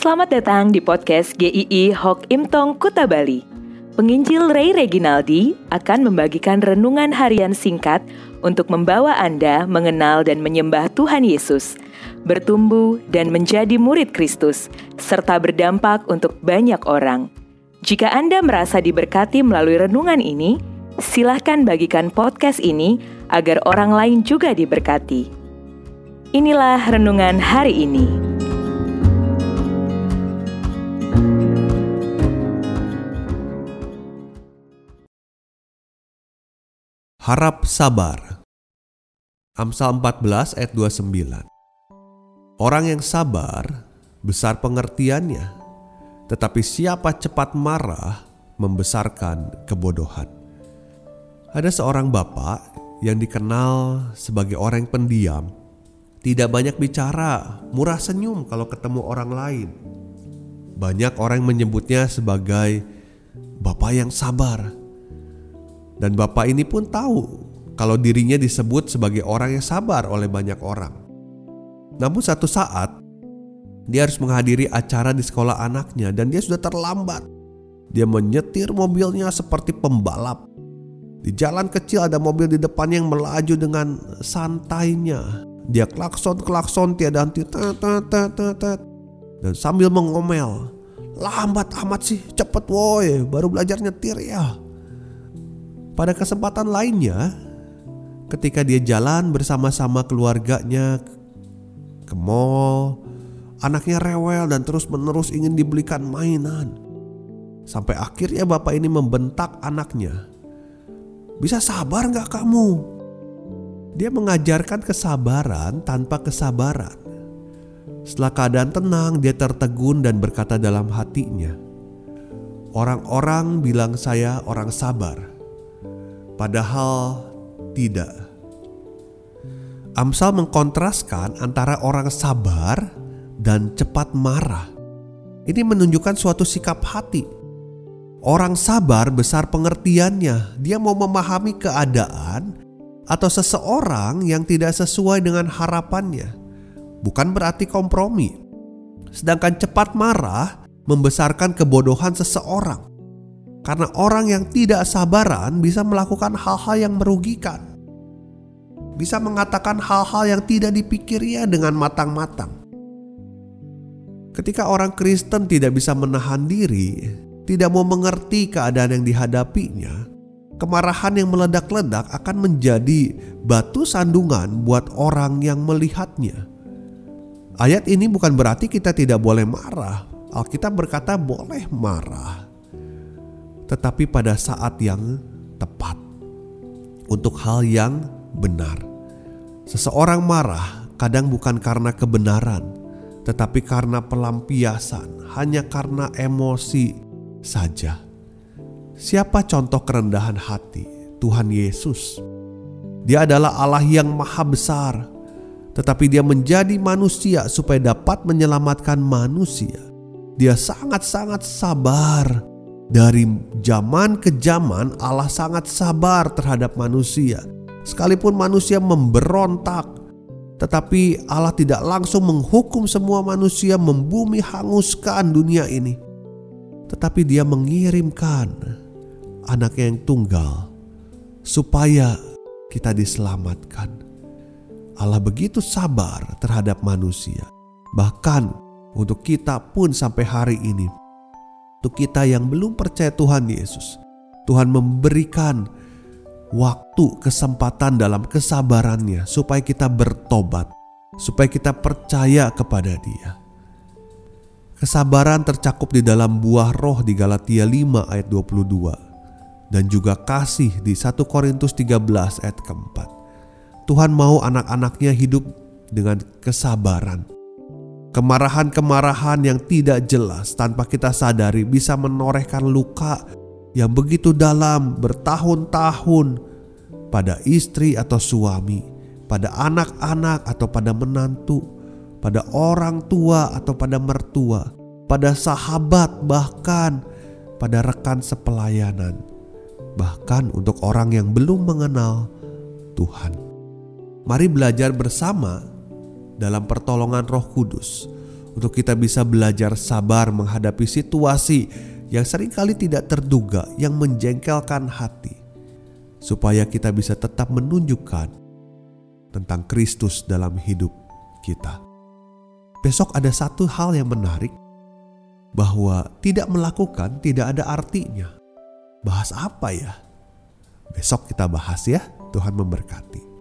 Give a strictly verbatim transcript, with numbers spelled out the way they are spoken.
Selamat datang di podcast G I I Hok Imtong Kuta Bali. Penginjil Ray Reginaldi akan membagikan renungan harian singkat untuk membawa Anda mengenal dan menyembah Tuhan Yesus, bertumbuh dan menjadi murid Kristus, serta berdampak untuk banyak orang. Jika Anda merasa diberkati melalui renungan ini, silahkan bagikan podcast ini agar orang lain juga diberkati. Inilah renungan hari ini. Harap sabar. Amsal empat belas ayat dua puluh sembilan. Orang yang sabar besar pengertiannya, tetapi siapa cepat marah membesarkan kebodohan. Ada seorang bapak yang dikenal sebagai orang yang pendiam, tidak banyak bicara, murah senyum kalau ketemu orang lain. Banyak orang menyebutnya sebagai bapak yang sabar. Dan bapak ini pun tahu kalau dirinya disebut sebagai orang yang sabar oleh banyak orang. Namun satu saat dia harus menghadiri acara di sekolah anaknya dan dia sudah terlambat. Dia menyetir mobilnya seperti pembalap. Di jalan kecil ada mobil di depan yang melaju dengan santainya. Dia klakson-klakson tiada henti, dan sambil mengomel, "Lambat amat sih, cepet woi, baru belajar nyetir ya." Pada kesempatan lainnya, ketika dia jalan bersama-sama keluarganya ke mall, anaknya rewel dan terus-menerus ingin dibelikan mainan. Sampai akhirnya bapak ini membentak anaknya, "Bisa sabar gak kamu?" Dia mengajarkan kesabaran tanpa kesabaran. Setelah keadaan tenang, dia tertegun dan berkata dalam hatinya, "Orang-orang bilang saya orang sabar, padahal tidak." Amsal mengkontraskan antara orang sabar dan cepat marah. Ini menunjukkan suatu sikap hati. Orang sabar besar pengertiannya. Dia mau memahami keadaan atau seseorang yang tidak sesuai dengan harapannya. Bukan berarti kompromi. Sedangkan cepat marah membesarkan kebodohan seseorang. Karena orang yang tidak sabaran bisa melakukan hal-hal yang merugikan. Bisa mengatakan hal-hal yang tidak dipikirnya dengan matang-matang. Ketika orang Kristen tidak bisa menahan diri, tidak mau mengerti keadaan yang dihadapinya, kemarahan yang meledak-ledak akan menjadi batu sandungan buat orang yang melihatnya. Ayat ini bukan berarti kita tidak boleh marah. Alkitab berkata boleh marah, tetapi pada saat yang tepat, untuk hal yang benar. Seseorang marah kadang bukan karena kebenaran, tetapi karena pelampiasan, hanya karena emosi saja. Siapa contoh kerendahan hati? Tuhan Yesus. Dia adalah Allah yang maha besar, tetapi dia menjadi manusia supaya dapat menyelamatkan manusia. Dia sangat-sangat sabar. Dari zaman ke zaman Allah sangat sabar terhadap manusia. Sekalipun manusia memberontak, tetapi Allah tidak langsung menghukum semua manusia, membumi hanguskan dunia ini. Tetapi dia mengirimkan anaknya yang tunggal supaya kita diselamatkan. Allah begitu sabar terhadap manusia. Bahkan untuk kita pun sampai hari ini, untuk kita yang belum percaya Tuhan Yesus, Tuhan memberikan waktu, kesempatan dalam kesabarannya supaya kita bertobat, supaya kita percaya kepada Dia. Kesabaran tercakup di dalam buah roh di Galatia lima ayat dua puluh dua dan juga kasih di satu Korintus tiga belas ayat keempat. Tuhan mau anak-anaknya hidup dengan kesabaran. Kemarahan-kemarahan yang tidak jelas tanpa kita sadari bisa menorehkan luka yang begitu dalam bertahun-tahun pada istri atau suami, pada anak-anak atau pada menantu, pada orang tua atau pada mertua, pada sahabat, bahkan pada rekan sepelayanan, bahkan untuk orang yang belum mengenal Tuhan. Mari belajar bersama dalam pertolongan Roh Kudus untuk kita bisa belajar sabar menghadapi situasi yang seringkali tidak terduga yang menjengkelkan hati, supaya kita bisa tetap menunjukkan tentang Kristus dalam hidup kita. Besok ada satu hal yang menarik, bahwa tidak melakukan tidak ada artinya. Bahas apa ya? Besok kita bahas ya. Tuhan memberkati.